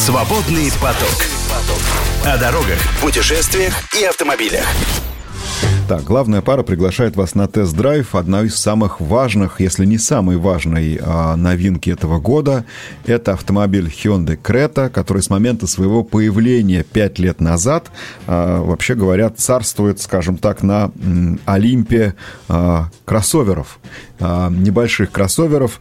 Свободный поток. О дорогах, путешествиях и автомобилях. Так, главная пара приглашает вас на тест-драйв. Одна из самых важных, если не самой важной новинки этого года — это автомобиль Hyundai Creta, который с момента своего появления 5 лет назад, вообще говоря, царствует, скажем так, на Олимпе кроссоверов. Небольших кроссоверов.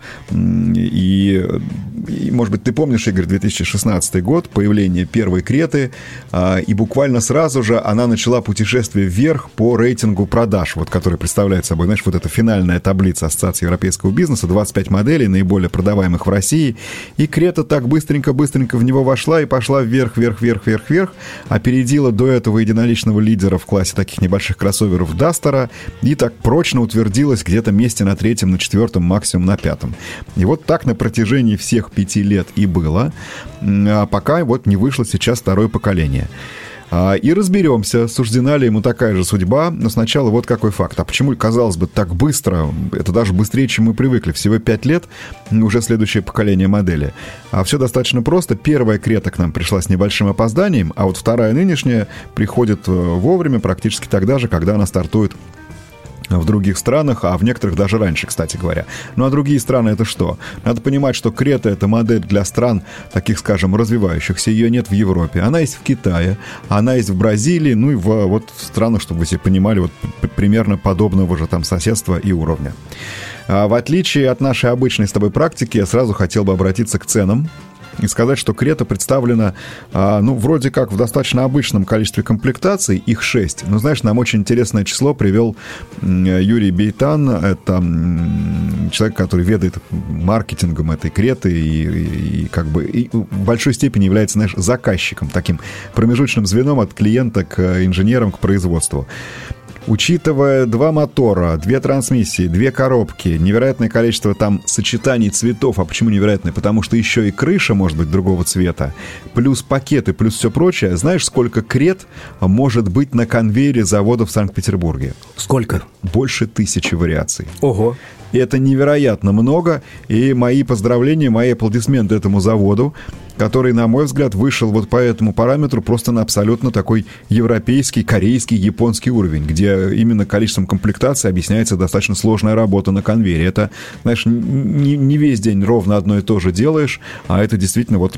И, может быть, ты помнишь, Игорь, 2016 год, появление первой Креты, и буквально сразу же она начала путешествие вверх по рейтингу продаж, вот, который представляет собой, знаешь, вот эта финальная таблица Ассоциации европейского бизнеса, 25 моделей, наиболее продаваемых в России, и Крета так быстренько-быстренько в него вошла и пошла вверх, опередила до этого единоличного лидера в классе таких небольших кроссоверов Дастера, и так прочно утвердилась где-то месте на 3-м, на 4-м, максимум на 5-м. И вот так на протяжении всех 5 лет и было, пока вот не вышло сейчас второе поколение. И разберемся, суждена ли ему такая же судьба. Но сначала вот какой факт. А почему, казалось бы, так быстро? Это даже быстрее, чем мы привыкли. Всего 5 лет, уже следующее поколение модели. А все достаточно просто. Первая Крета к нам пришла с небольшим опозданием, а вот вторая нынешняя приходит вовремя, практически тогда же, когда она стартует в других странах, а в некоторых даже раньше, кстати говоря. Ну а другие страны — это что? Надо понимать, что Крета — это модель для стран, таких, скажем, развивающихся. Ее нет в Европе. Она есть в Китае, она есть в Бразилии, ну и в вот странах, чтобы вы себе понимали, вот примерно подобного же там соседства и уровня. В отличие от нашей обычной с тобой практики, я сразу хотел бы обратиться к ценам и сказать, что Крета представлена, ну, вроде как в достаточно обычном количестве комплектаций, их 6. Но, знаешь, нам очень интересное число привел Юрий Бейтан. Это человек, который ведает маркетингом этой Креты и как бы и в большой степени является, знаешь, заказчиком, таким промежуточным звеном от клиента к инженерам, к производству. Учитывая 2 мотора, 2 трансмиссии, 2 коробки, невероятное количество там сочетаний цветов. А почему невероятное? Потому что еще и крыша может быть другого цвета, плюс пакеты, плюс все прочее. Знаешь, сколько Крет может быть на конвейере завода в Санкт-Петербурге? Сколько? Больше 1000 вариаций. Ого! И это невероятно много. И мои поздравления, мои аплодисменты этому заводу, который, на мой взгляд, вышел вот по этому параметру просто на абсолютно такой европейский, корейский, японский уровень, где именно количеством комплектаций объясняется достаточно сложная работа на конвейере. Это, знаешь, не весь день ровно одно и то же делаешь, а это действительно вот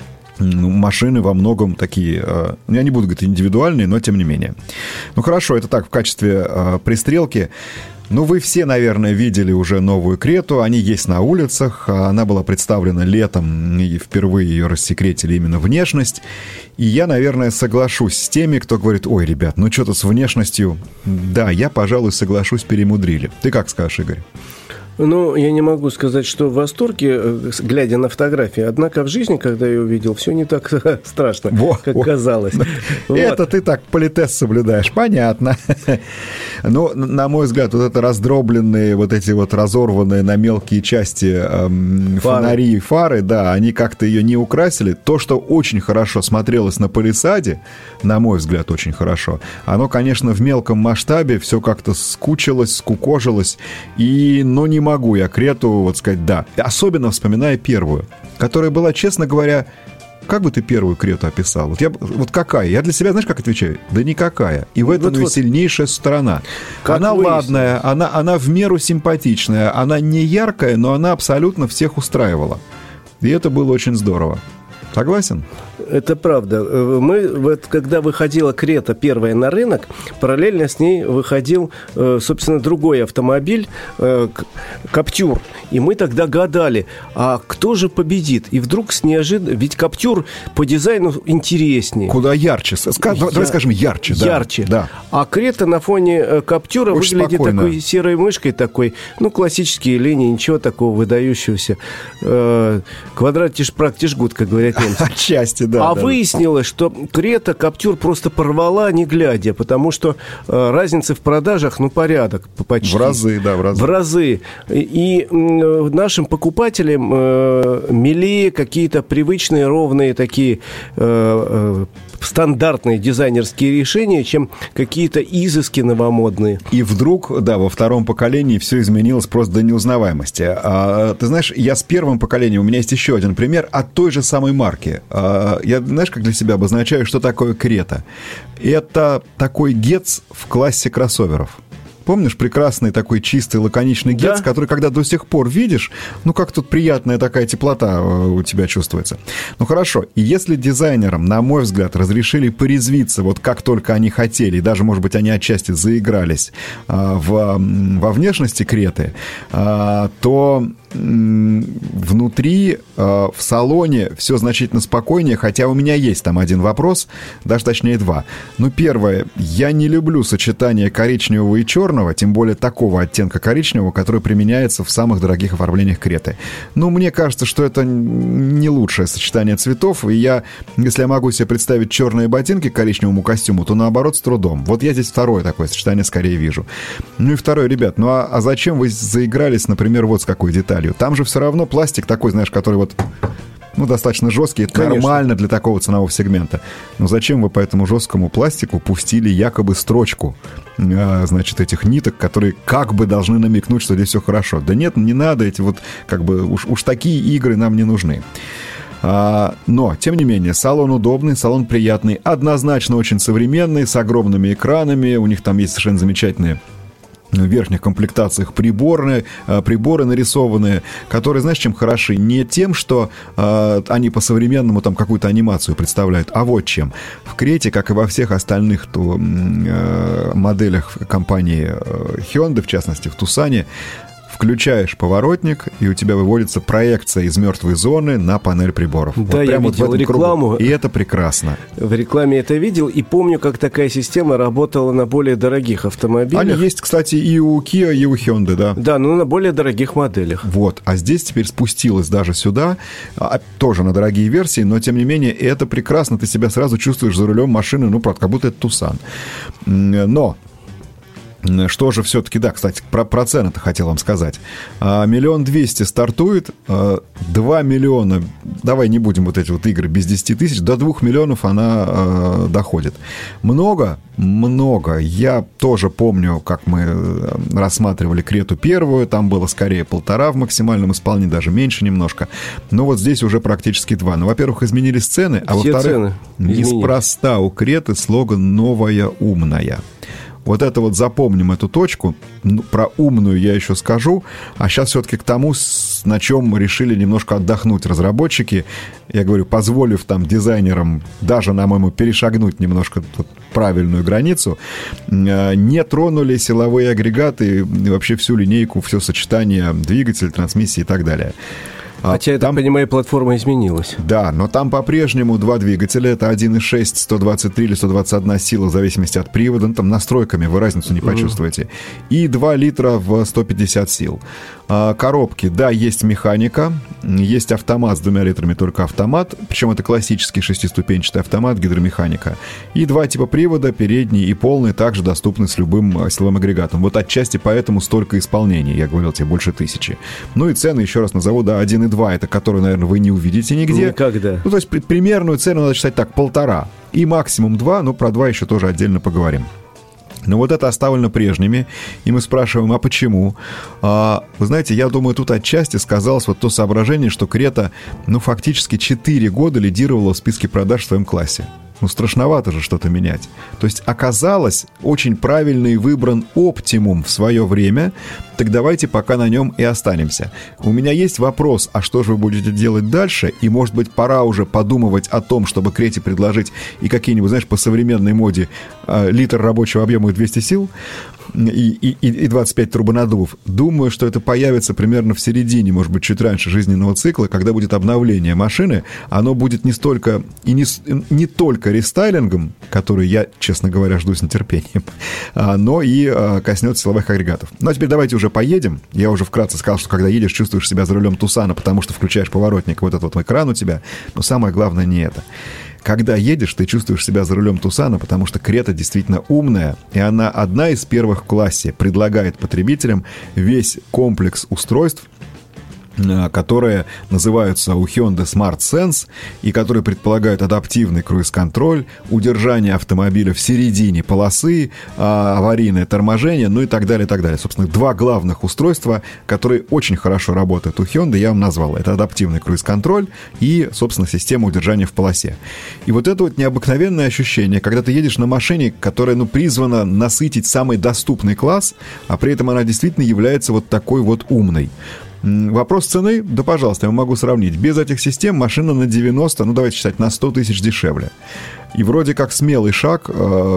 машины во многом такие, я не буду говорить индивидуальные, но тем не менее. Ну хорошо, это так, в качестве пристрелки. Ну, вы все, наверное, видели уже новую Крету, они есть на улицах, она была представлена летом, и впервые ее рассекретили именно внешность. И я, наверное, соглашусь с теми, кто говорит: ой, ребят, ну что-то с внешностью. Да, я, пожалуй, соглашусь, перемудрили. Ты как скажешь, Игорь? Ну, я не могу сказать, что в восторге, глядя на фотографии. Однако в жизни, когда я увидел, все не так страшно, как казалось. Это ты так политез соблюдаешь, понятно. Но, на мой взгляд, вот это раздробленные, вот эти вот разорванные на мелкие части фонари и фары, да, они как-то ее не украсили. То, что очень хорошо смотрелось на палисаде, на мой взгляд, очень хорошо, оно, конечно, в мелком масштабе все как-то скучилось, скукожилось, и, ну, не могу я Крету вот сказать «да». Особенно вспоминая первую, которая была, честно говоря, как бы ты первую Крету описал? Вот какая? Я для себя, знаешь, как отвечаю? Да никакая. И в этом вот сильнейшая сторона. Она ладная, она в меру симпатичная, она не яркая, но она абсолютно всех устраивала. И это было очень здорово. Согласен? Это правда. Вот, когда выходила Крета первая на рынок, параллельно с ней выходил, собственно, другой автомобиль, Каптюр. И мы тогда гадали, а кто же победит? И вдруг с неожиданностью... Ведь Каптюр по дизайну интереснее. Куда ярче. Давай скажем ярче. Ярче. Да. А Крета на фоне Каптюра очень выглядит спокойно. Такой серой мышкой, такой, ну, классические линии, ничего такого выдающегося. Квадрат тишь-прак тишь-гуд, как говорят немцы. Отчасти, да. А выяснилось, что Крета Каптюр просто порвала, не глядя, потому что разница в продажах, ну, порядок почти. В разы, да, в разы. В разы. И нашим покупателям милее какие-то привычные, ровные такие стандартные дизайнерские решения, чем какие-то изыски новомодные. И вдруг, да, во втором поколении все изменилось просто до неузнаваемости. Ты знаешь, я с первым поколением, у меня есть еще один пример от той же самой марки. марки. Я, знаешь, как для себя обозначаю, что такое Крета? Это такой Гетц в классе кроссоверов. Помнишь прекрасный такой чистый, лаконичный Гетц, который, когда до сих пор видишь, ну, как тут приятная такая теплота у тебя чувствуется. Ну, хорошо. И если дизайнерам, на мой взгляд, разрешили порезвиться, вот как только они хотели, и даже, может быть, они отчасти заигрались во внешности Креты, то внутри, в салоне все значительно спокойнее, хотя у меня есть там один вопрос, даже точнее два. Ну, первое, я не люблю сочетание коричневого и черного, тем более такого оттенка коричневого, который применяется в самых дорогих оформлениях Креты. Ну, мне кажется, что это не лучшее сочетание цветов, и если я могу себе представить черные ботинки к коричневому костюму, то наоборот с трудом. Вот я здесь второе такое сочетание скорее вижу. Ну и второе, ребят, ну а зачем вы заигрались, например, вот с какой деталью? Там же все равно пластик такой, знаешь, который вот, ну, достаточно жесткий. Это Конечно. Нормально для такого ценового сегмента. Но зачем вы по этому жесткому пластику пустили якобы строчку, значит, этих ниток, которые как бы должны намекнуть, что здесь все хорошо? Да нет, не надо, эти вот, как бы, уж такие игры нам не нужны. Но, тем не менее, салон удобный, салон приятный, однозначно очень современный, с огромными экранами. У них там есть совершенно замечательные в верхних комплектациях приборы нарисованные, которые, знаешь, чем хороши? Не тем, что они по-современному там какую-то анимацию представляют, а вот чем. В Крете, как и во всех остальных моделях компании Hyundai, в частности, в Тусане, включаешь поворотник, и у тебя выводится проекция из мертвой зоны на панель приборов. Да, вот я видел рекламу. И это прекрасно. В рекламе это видел, и помню, как такая система работала на более дорогих автомобилях. Они есть, кстати, и у Kia, и у Hyundai, да. Да, но на более дорогих моделях. Вот, а здесь теперь спустилась даже сюда, тоже на дорогие версии, но, тем не менее, это прекрасно. Ты себя сразу чувствуешь за рулем машины, ну, правда, как будто это Тусан. Но что же все-таки, да, кстати, про цены-то хотел вам сказать. 1 200 000 стартует, 2 миллиона, давай не будем вот эти вот игры без 10 тысяч, до 2 миллионов она доходит. Много. Я тоже помню, как мы рассматривали Крету первую, там было скорее 1,5 в максимальном исполнении, даже меньше немножко. Но вот здесь уже практически 2. Ну, во-первых, изменились цены, а во-вторых, неспроста у Креты слоган «Новая умная». Вот это вот запомним эту точку. Про умную я еще скажу. А сейчас все-таки к тому, на чем решили немножко отдохнуть разработчики. Я говорю, позволив там дизайнерам даже, по-моему, перешагнуть немножко правильную границу, не тронули силовые агрегаты и вообще всю линейку, все сочетание двигателя, трансмиссии и так далее. Хотя, я так понимаю, платформа изменилась. Да, но там по-прежнему два двигателя. Это 1.6, 123 или 121 сила, в зависимости от привода. Ну, там настройками вы разницу не почувствуете. И 2 литра в 150 сил. Коробки, да, есть механика. Есть автомат с 2 литрами, только автомат. Причем это классический 6-ступенчатый автомат, гидромеханика. И 2 типа привода, передний и полный, также доступны с любым силовым агрегатом. Вот отчасти поэтому столько исполнений. Я говорил тебе, больше 1000. Ну и цены, еще раз назову, да, 1.2, это который, наверное, вы не увидите нигде. Никогда. Ну, то есть примерную цену надо считать так, 1,5. И максимум 2, но про 2 еще тоже отдельно поговорим. Но вот это оставлено прежними, и мы спрашиваем, а почему? Вы знаете, я думаю, тут отчасти сказалось вот то соображение, что Крета, ну, фактически 4 года лидировала в списке продаж в своем классе. Ну, страшновато же что-то менять. То есть оказалось, очень правильный выбран оптимум в свое время, так давайте пока на нем и останемся. У меня есть вопрос, а что же вы будете делать дальше? И, может быть, пора уже подумывать о том, чтобы Крете предложить и какие-нибудь, знаешь, по современной моде литр рабочего объема и 200 сил, и 25 турбонаддувов. Думаю, что это появится примерно в середине, может быть, чуть раньше жизненного цикла, когда будет обновление машины. Оно будет не столько и не только рестайлингом, который я, честно говоря, жду с нетерпением, но и коснется силовых агрегатов. Ну, а теперь давайте уже поедем. Я уже вкратце сказал, что когда едешь, чувствуешь себя за рулем Тусана, потому что включаешь поворотник, вот этот вот экран у тебя. Но самое главное не это. Когда едешь, ты чувствуешь себя за рулем Тусана, потому что Крета действительно умная, и она одна из первых в классе предлагает потребителям весь комплекс устройств, которые называются у Hyundai Smart Sense и которые предполагают адаптивный круиз-контроль, удержание автомобиля в середине полосы, аварийное торможение, ну и так далее, и так далее. Собственно, два главных устройства, которые очень хорошо работают у Hyundai, я вам назвал. Это адаптивный круиз-контроль и, собственно, система удержания в полосе. И вот это вот необыкновенное ощущение, когда ты едешь на машине, которая, призвана насытить самый доступный класс, а при этом она действительно является вот такой вот умной. Вопрос цены? Да, пожалуйста, я могу сравнить. Без этих систем машина на 90, давайте считать, на 100 тысяч дешевле. И вроде как смелый шаг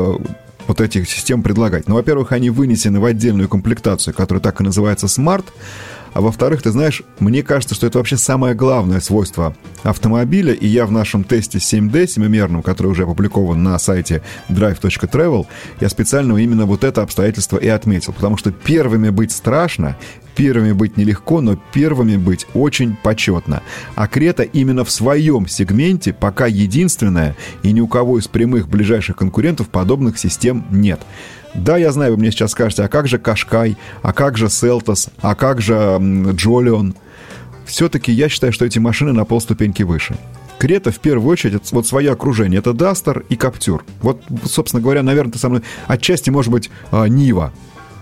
вот этих систем предлагать. Но, во-первых, они вынесены в отдельную комплектацию, которая так и называется Smart. А во-вторых, ты знаешь, мне кажется, что это вообще самое главное свойство автомобиля, и я в нашем тесте 7D, семимерном, который уже опубликован на сайте drive.travel, я специально именно вот это обстоятельство и отметил, потому что первыми быть страшно, первыми быть нелегко, но первыми быть очень почетно. А Крета именно в своем сегменте пока единственная, и ни у кого из прямых ближайших конкурентов подобных систем нет. Да, я знаю, вы мне сейчас скажете, а как же Qashqai, а как же Seltos, а как же Jolion? Все-таки я считаю, что эти машины на полступеньки выше. Крета, в первую очередь, это вот свое окружение. Это Duster и Captur. Вот, собственно говоря, наверное, ты со мной... Отчасти, может быть, Niva.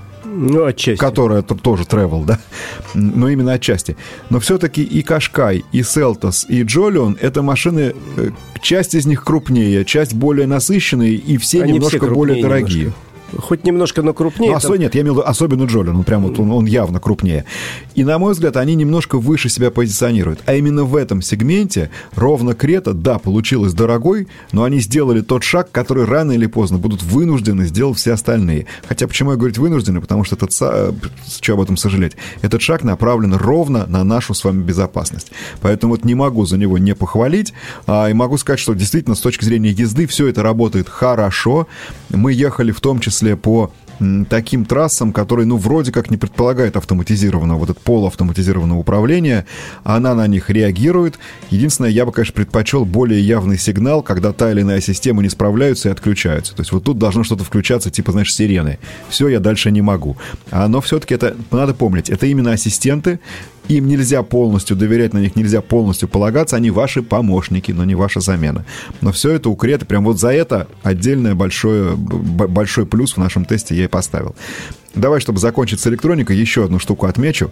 Отчасти. Которая тоже travel, да? Но именно отчасти. Но все-таки и Qashqai, и Seltos, и Jolion — это машины... Часть из них крупнее, часть более насыщенные, и все они немножко все более дорогие. Немножко. Хоть немножко, но крупнее. Нет, я имею в виду особенно Jolion, он явно крупнее. И, на мой взгляд, они немножко выше себя позиционируют. А именно в этом сегменте ровно Крета, да, получилась дорогой, но они сделали тот шаг, который рано или поздно будут вынуждены сделать все остальные. Хотя почему я говорю вынуждены? Потому что что об этом сожалеть? Этот шаг направлен ровно на нашу с вами безопасность. Поэтому вот не могу за него не похвалить. И могу сказать, что действительно с точки зрения езды все это работает хорошо. Мы ехали в том числе по таким трассам, которые, вроде как не предполагают автоматизированного, вот это полуавтоматизированного управления, она на них реагирует. Единственное, я бы, конечно, предпочел более явный сигнал, когда та или иная система не справляются и отключаются. То есть вот тут должно что-то включаться, типа, сирены. Все, я дальше не могу. Но все-таки это, надо помнить, это именно ассистенты, им нельзя полностью доверять, на них нельзя полностью полагаться, они ваши помощники, но не ваша замена. Но все это у Креты, прям вот за это отдельный большой плюс в нашем тесте я и поставил. Давай, чтобы закончить с электроникой, еще одну штуку отмечу.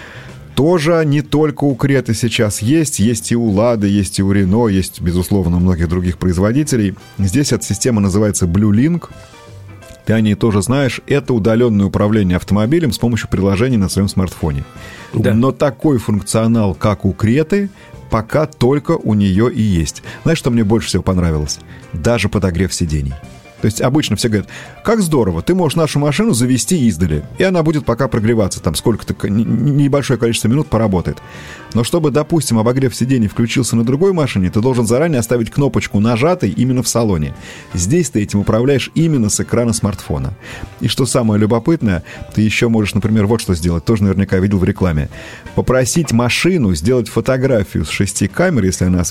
Тоже не только у Креты сейчас есть и у Лады, есть и у Рено, есть, безусловно, у многих других производителей. Здесь эта система называется Blue Link. Ты о ней тоже знаешь. Это удаленное управление автомобилем с помощью приложений на своем смартфоне. Да. Но такой функционал, как у Креты, пока только у нее и есть. Знаешь, что мне больше всего понравилось? Даже подогрев сидений. То есть обычно все говорят, как здорово, ты можешь нашу машину завести издали, и она будет пока прогреваться, там сколько-то, небольшое количество минут поработает. Но чтобы, допустим, обогрев сидений включился на другой машине, ты должен заранее оставить кнопочку нажатой именно в салоне. Здесь ты этим управляешь именно с экрана смартфона. И что самое любопытное, ты еще можешь, например, вот что сделать, тоже наверняка видел в рекламе. Попросить машину сделать фотографию с 6 камер, если она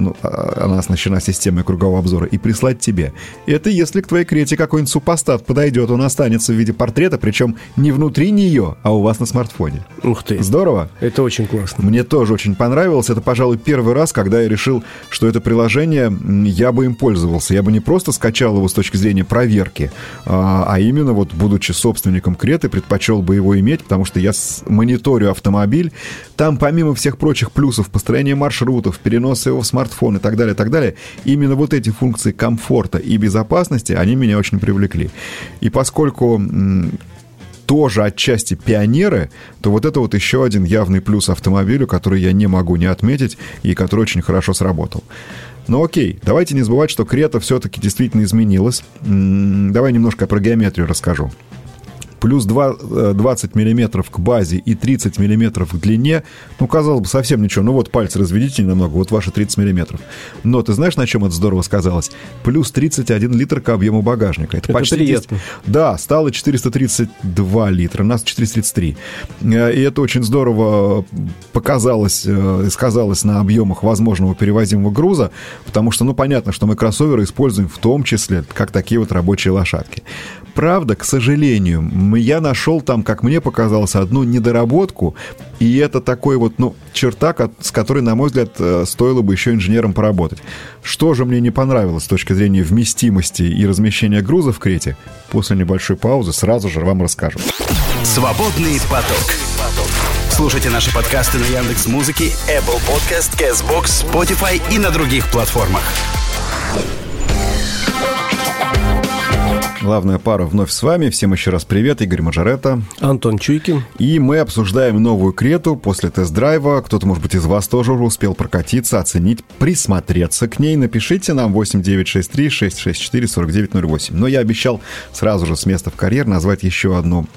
оснащена системой кругового обзора, и прислать тебе. Это если к твоей Крете какой-нибудь супостат подойдет, он останется в виде портрета, причем не внутри нее, а у вас на смартфоне. Ух ты. Здорово? Это очень классно. Мне тоже очень понравилось. Это, пожалуй, первый раз, когда я решил, что это приложение, я бы им пользовался. Я бы не просто скачал его с точки зрения проверки, а именно вот, будучи собственником Креты, предпочел бы его иметь, потому что я мониторю автомобиль. Там, помимо всех прочих плюсов, построения маршрутов, переноса его в смартфон и так далее, именно вот эти функции комфорта и безопасности, они меня очень привлекли. И поскольку тоже отчасти пионеры, то вот это вот еще один явный плюс автомобилю, который я не могу не отметить и который очень хорошо сработал. Ну окей, давайте не забывать, что Крета все-таки действительно изменилась. Давай немножко про геометрию расскажу. Плюс 20 миллиметров к базе и 30 миллиметров к длине. Казалось бы, совсем ничего. Вот пальцы разведите немного, вот ваши 30 миллиметров. Но ты знаешь, на чем это здорово сказалось? Плюс 31 литр к объему багажника. Это почти приятно. 10... Да, стало 432 литра, нас 433. И это очень здорово показалось и сказалось на объемах возможного перевозимого груза, потому что, понятно, что мы кроссоверы используем в том числе как такие вот рабочие лошадки. правда, к сожалению, я нашел там, как мне показалось, одну недоработку, и это такой вот, черта, с которой, на мой взгляд, стоило бы еще инженерам поработать. Что же мне не понравилось с точки зрения вместимости и размещения груза в Крете? После небольшой паузы сразу же вам расскажу. Свободный поток. Слушайте наши подкасты на Яндекс.Музыке, Apple Podcast, Castbox, Spotify и на других платформах. Главная пара вновь с вами. Всем еще раз привет. Игорь Маджоретто. Антон Чуйкин. И мы обсуждаем новую Крету после тест-драйва. Кто-то, может быть, из вас тоже уже успел прокатиться, оценить, присмотреться к ней. Напишите нам 8963-664-4908. Но я обещал сразу же с места в карьер назвать еще один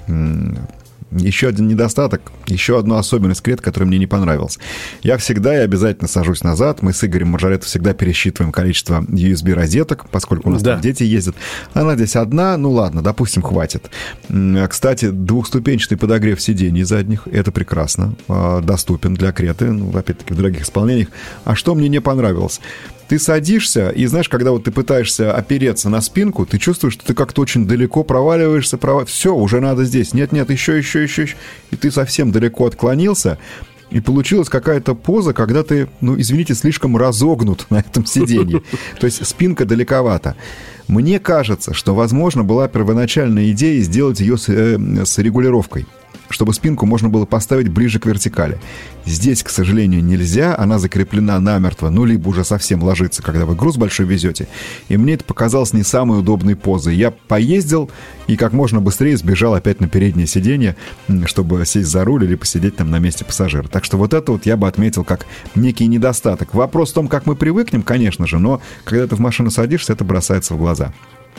недостаток, еще одну особенность Крет, которая мне не понравилась. Я всегда и обязательно сажусь назад. Мы с Игорем Маджоретто всегда пересчитываем количество USB-розеток, поскольку у нас там дети ездят. Она здесь одна, ладно, допустим, хватит. Кстати, двухступенчатый подогрев сидений задних, это прекрасно, доступен для Креты, опять-таки в дорогих исполнениях. А что мне не понравилось? Ты садишься, и знаешь, когда вот ты пытаешься опереться на спинку, ты чувствуешь, что ты как-то очень далеко проваливаешься, все, уже надо здесь, нет, еще, и ты совсем далеко отклонился, и получилась какая-то поза, когда ты, извините, слишком разогнут на этом сиденье, то есть спинка далековата. Мне кажется, что, возможно, была первоначальная идея сделать ее с регулировкой, чтобы спинку можно было поставить ближе к вертикали. Здесь, к сожалению, нельзя, она закреплена намертво, либо уже совсем ложится, когда вы груз большой везете. И мне это показалось не самой удобной позой. Я поездил и как можно быстрее сбежал опять на переднее сиденье, чтобы сесть за руль или посидеть там на месте пассажира. Так что вот это вот я бы отметил как некий недостаток. Вопрос в том, как мы привыкнем, конечно же, но когда ты в машину садишься, это бросается в глаза.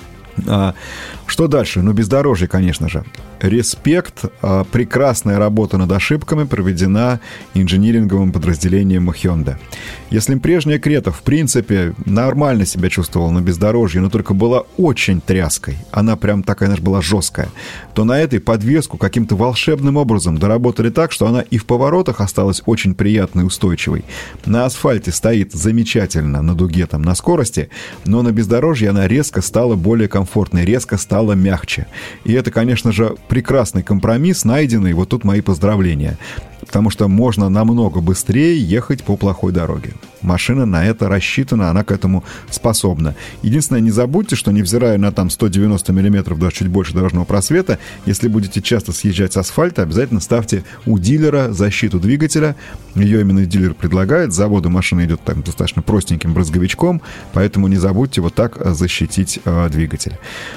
Что дальше? Бездорожье, конечно же. Респект. Прекрасная работа над ошибками проведена инжиниринговым подразделением Hyundai. Если прежняя Крета, в принципе, нормально себя чувствовала на бездорожье, но только была очень тряской, она прям такая, знаешь, была жесткая, то на этой подвеску каким-то волшебным образом доработали так, что она и в поворотах осталась очень приятной и устойчивой. На асфальте стоит замечательно, на дуге, там, на скорости, но на бездорожье она резко стала более комфортной, резко стала мягче. И это, конечно же, прекрасный компромисс, найденный. Вот тут мои поздравления. Потому что можно намного быстрее ехать по плохой дороге. Машина на это рассчитана, она к этому способна. Единственное, не забудьте, что невзирая на там 190 мм, даже чуть больше дорожного просвета, если будете часто съезжать с асфальта, обязательно ставьте у дилера защиту двигателя. Ее именно дилер предлагает. С завода машина идет там достаточно простеньким брызговичком, поэтому не забудьте вот так защитить двигатель.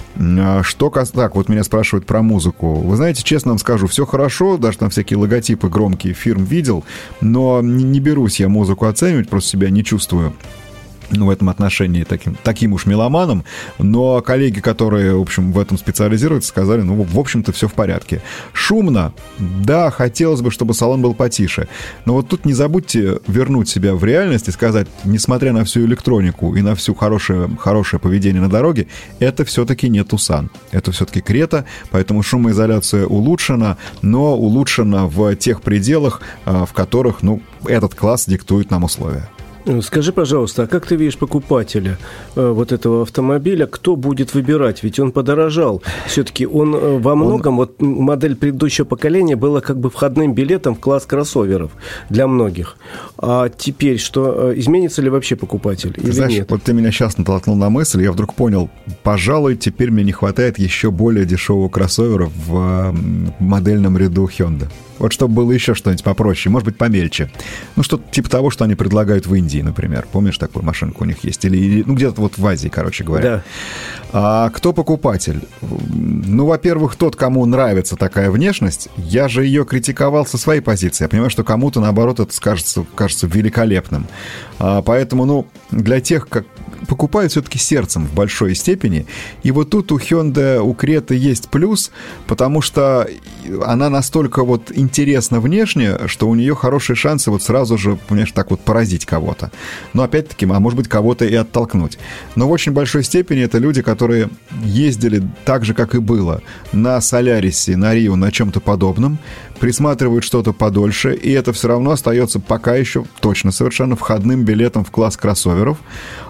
Так, вот меня спрашивают про музыку. Вы знаете, честно вам скажу, все хорошо, даже там всякие логотипы громкие фирм видел, но не берусь я музыку оценивать, просто себя не чувствую в этом отношении таким уж меломаном, но коллеги, которые, в общем, в этом специализируются, сказали, в общем-то, все в порядке. Шумно, да, хотелось бы, чтобы салон был потише, но вот тут не забудьте вернуть себя в реальность и сказать, несмотря на всю электронику и на всю хорошее поведение на дороге, это все-таки не Тусан, это все-таки Крета, поэтому шумоизоляция улучшена, но улучшена в тех пределах, в которых, этот класс диктует нам условия. Скажи, пожалуйста, а как ты видишь покупателя вот этого автомобиля? Кто будет выбирать? Ведь он подорожал. Все-таки он во многом, вот модель предыдущего поколения была как бы входным билетом в класс кроссоверов для многих. А теперь что? Изменится ли вообще покупатель или знаешь, нет? Вот ты меня сейчас натолкнул на мысль, я вдруг понял, пожалуй, теперь мне не хватает еще более дешевого кроссовера в модельном ряду Hyundai. Вот чтобы было еще что-нибудь попроще, может быть, помельче. Что-то типа того, что они предлагают в Индии, например. Помнишь, такую машинку у них есть? Или где-то вот в Азии, короче говоря. Да. А кто покупатель? Во-первых, тот, кому нравится такая внешность. Я же ее критиковал со своей позиции. Я понимаю, что кому-то, наоборот, это кажется великолепным. Поэтому, для тех, как покупают все-таки сердцем в большой степени. И вот тут у Hyundai, у Креты есть плюс, потому что она настолько вот интересна внешне, что у нее хорошие шансы вот сразу же, понимаешь, так вот поразить кого-то. Но опять-таки, а может быть, кого-то и оттолкнуть. Но в очень большой степени это люди, которые ездили так же, как и было, на Солярисе, на Рио, на чем-то подобном, присматривают что-то подольше, и это все равно остается пока еще точно совершенно входным билетом в класс кроссоверов.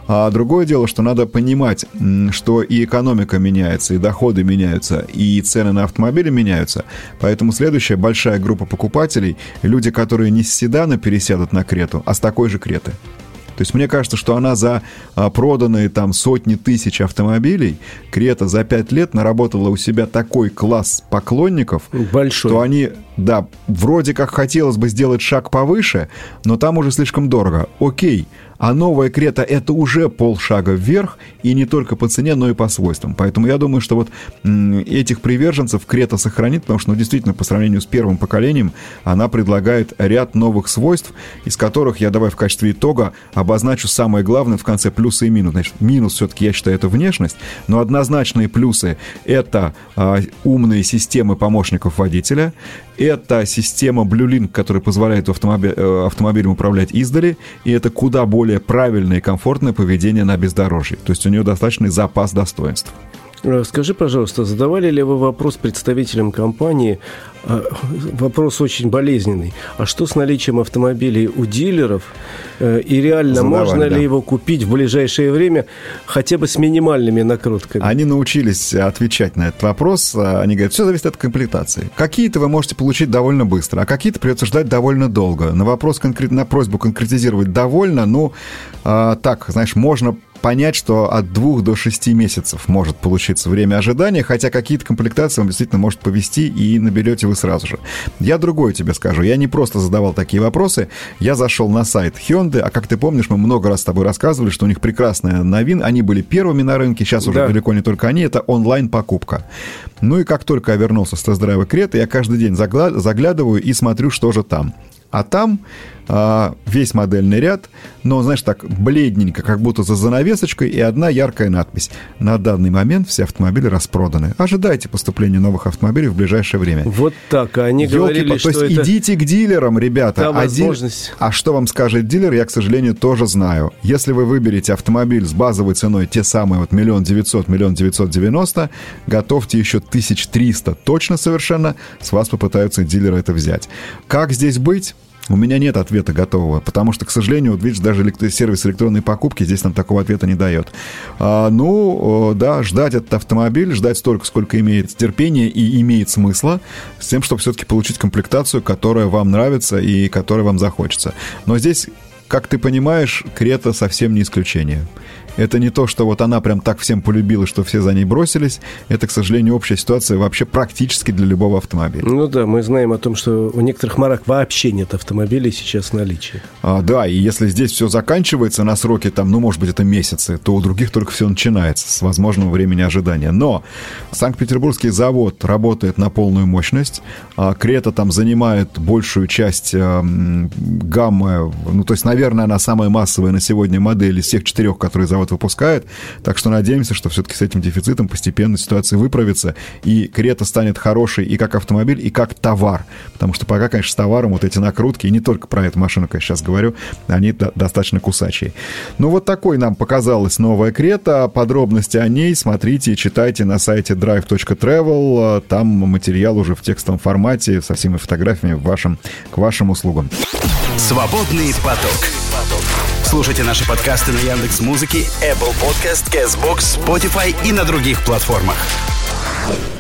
А другое дело, что надо понимать, что и экономика меняется, и доходы меняются, и цены на автомобили меняются. Поэтому следующая большая группа покупателей — люди, которые не с седана пересядут на Крету, а с такой же Креты. То есть мне кажется, что она за проданные там сотни тысяч автомобилей, Крета за 5 лет наработала у себя такой класс поклонников, большой, что они, да, вроде как хотелось бы сделать шаг повыше, но там уже слишком дорого. Окей. А новая Крета — это уже полшага вверх, и не только по цене, но и по свойствам. Поэтому я думаю, что вот этих приверженцев Крета сохранит, потому что, ну, действительно, по сравнению с первым поколением, она предлагает ряд новых свойств, из которых я давай в качестве итога обозначу самое главное в конце: плюсы и минусы. Значит, минус все-таки, я считаю, это внешность, но однозначные плюсы — это умные системы помощников водителя, это система BlueLink, которая позволяет автомобилем управлять издали, и это куда более правильное и комфортное поведение на бездорожье. То есть у нее достаточный запас достоинств. Скажи, пожалуйста, задавали ли вы вопрос представителям компании, вопрос очень болезненный, а что с наличием автомобилей у дилеров, и реально можно ли его купить в ближайшее время хотя бы с минимальными накрутками? Они научились отвечать на этот вопрос. Они говорят, все зависит от комплектации. Какие-то вы можете получить довольно быстро, а какие-то придется ждать довольно долго. На просьбу конкретизировать довольно, так, знаешь, можно понять, что от 2 до 6 месяцев может получиться время ожидания, хотя какие-то комплектации вам действительно может повезти, и наберете вы сразу же. Я другое тебе скажу. Я не просто задавал такие вопросы. Я зашел на сайт Hyundai, а как ты помнишь, мы много раз с тобой рассказывали, что у них прекрасная новинка. Они были первыми на рынке, сейчас уже далеко не только они. Это онлайн-покупка. Ну и как только я вернулся с тест-драйва Креты, я каждый день заглядываю и смотрю, что же там. А там весь модельный ряд, но, знаешь, так бледненько, как будто за занавесочкой, и одна яркая надпись: на данный момент все автомобили распроданы. Ожидайте поступления новых автомобилей в ближайшее время. Вот так, они говорили, что то есть это... идите к дилерам, ребята. Возможность. А что вам скажет дилер, я, к сожалению, тоже знаю. Если вы выберете автомобиль с базовой ценой те самые вот 1 900 000, 1 990 000, готовьте еще 1300, точно совершенно, с вас попытаются дилеры это взять. Как здесь быть? У меня нет ответа готового, потому что, к сожалению, вот видишь, даже сервис электронной покупки здесь нам такого ответа не дает. Ждать этот автомобиль, ждать столько, сколько имеет терпения и имеет смысла, с тем, чтобы все-таки получить комплектацию, которая вам нравится и которая вам захочется. Но здесь, как ты понимаешь, Крета совсем не исключение. Это не то, что вот она прям так всем полюбила, что все за ней бросились. Это, к сожалению, общая ситуация вообще практически для любого автомобиля. Ну да, мы знаем о том, что у некоторых марок вообще нет автомобилей сейчас в наличии. Да, и если здесь все заканчивается на сроки, там, может быть, это месяцы, то у других только все начинается с возможного времени ожидания. Но Санкт-Петербургский завод работает на полную мощность. Крета там занимает большую часть гаммы. То есть, наверное, она самая массовая на сегодня модель из всех 4, которые завод выпускает, так что надеемся, что все-таки с этим дефицитом постепенно ситуация выправится, и Крета станет хорошей и как автомобиль, и как товар, потому что пока, конечно, с товаром вот эти накрутки, и не только про эту машину, как я сейчас говорю, они достаточно кусачие. Вот такой нам показалась новая Крета. Подробности о ней смотрите и читайте на сайте drive.travel, там материал уже в текстовом формате со всеми фотографиями к вашим услугам. Свободный поток. Слушайте наши подкасты на Яндекс.Музыке, Apple Podcast, Castbox, Spotify и на других платформах.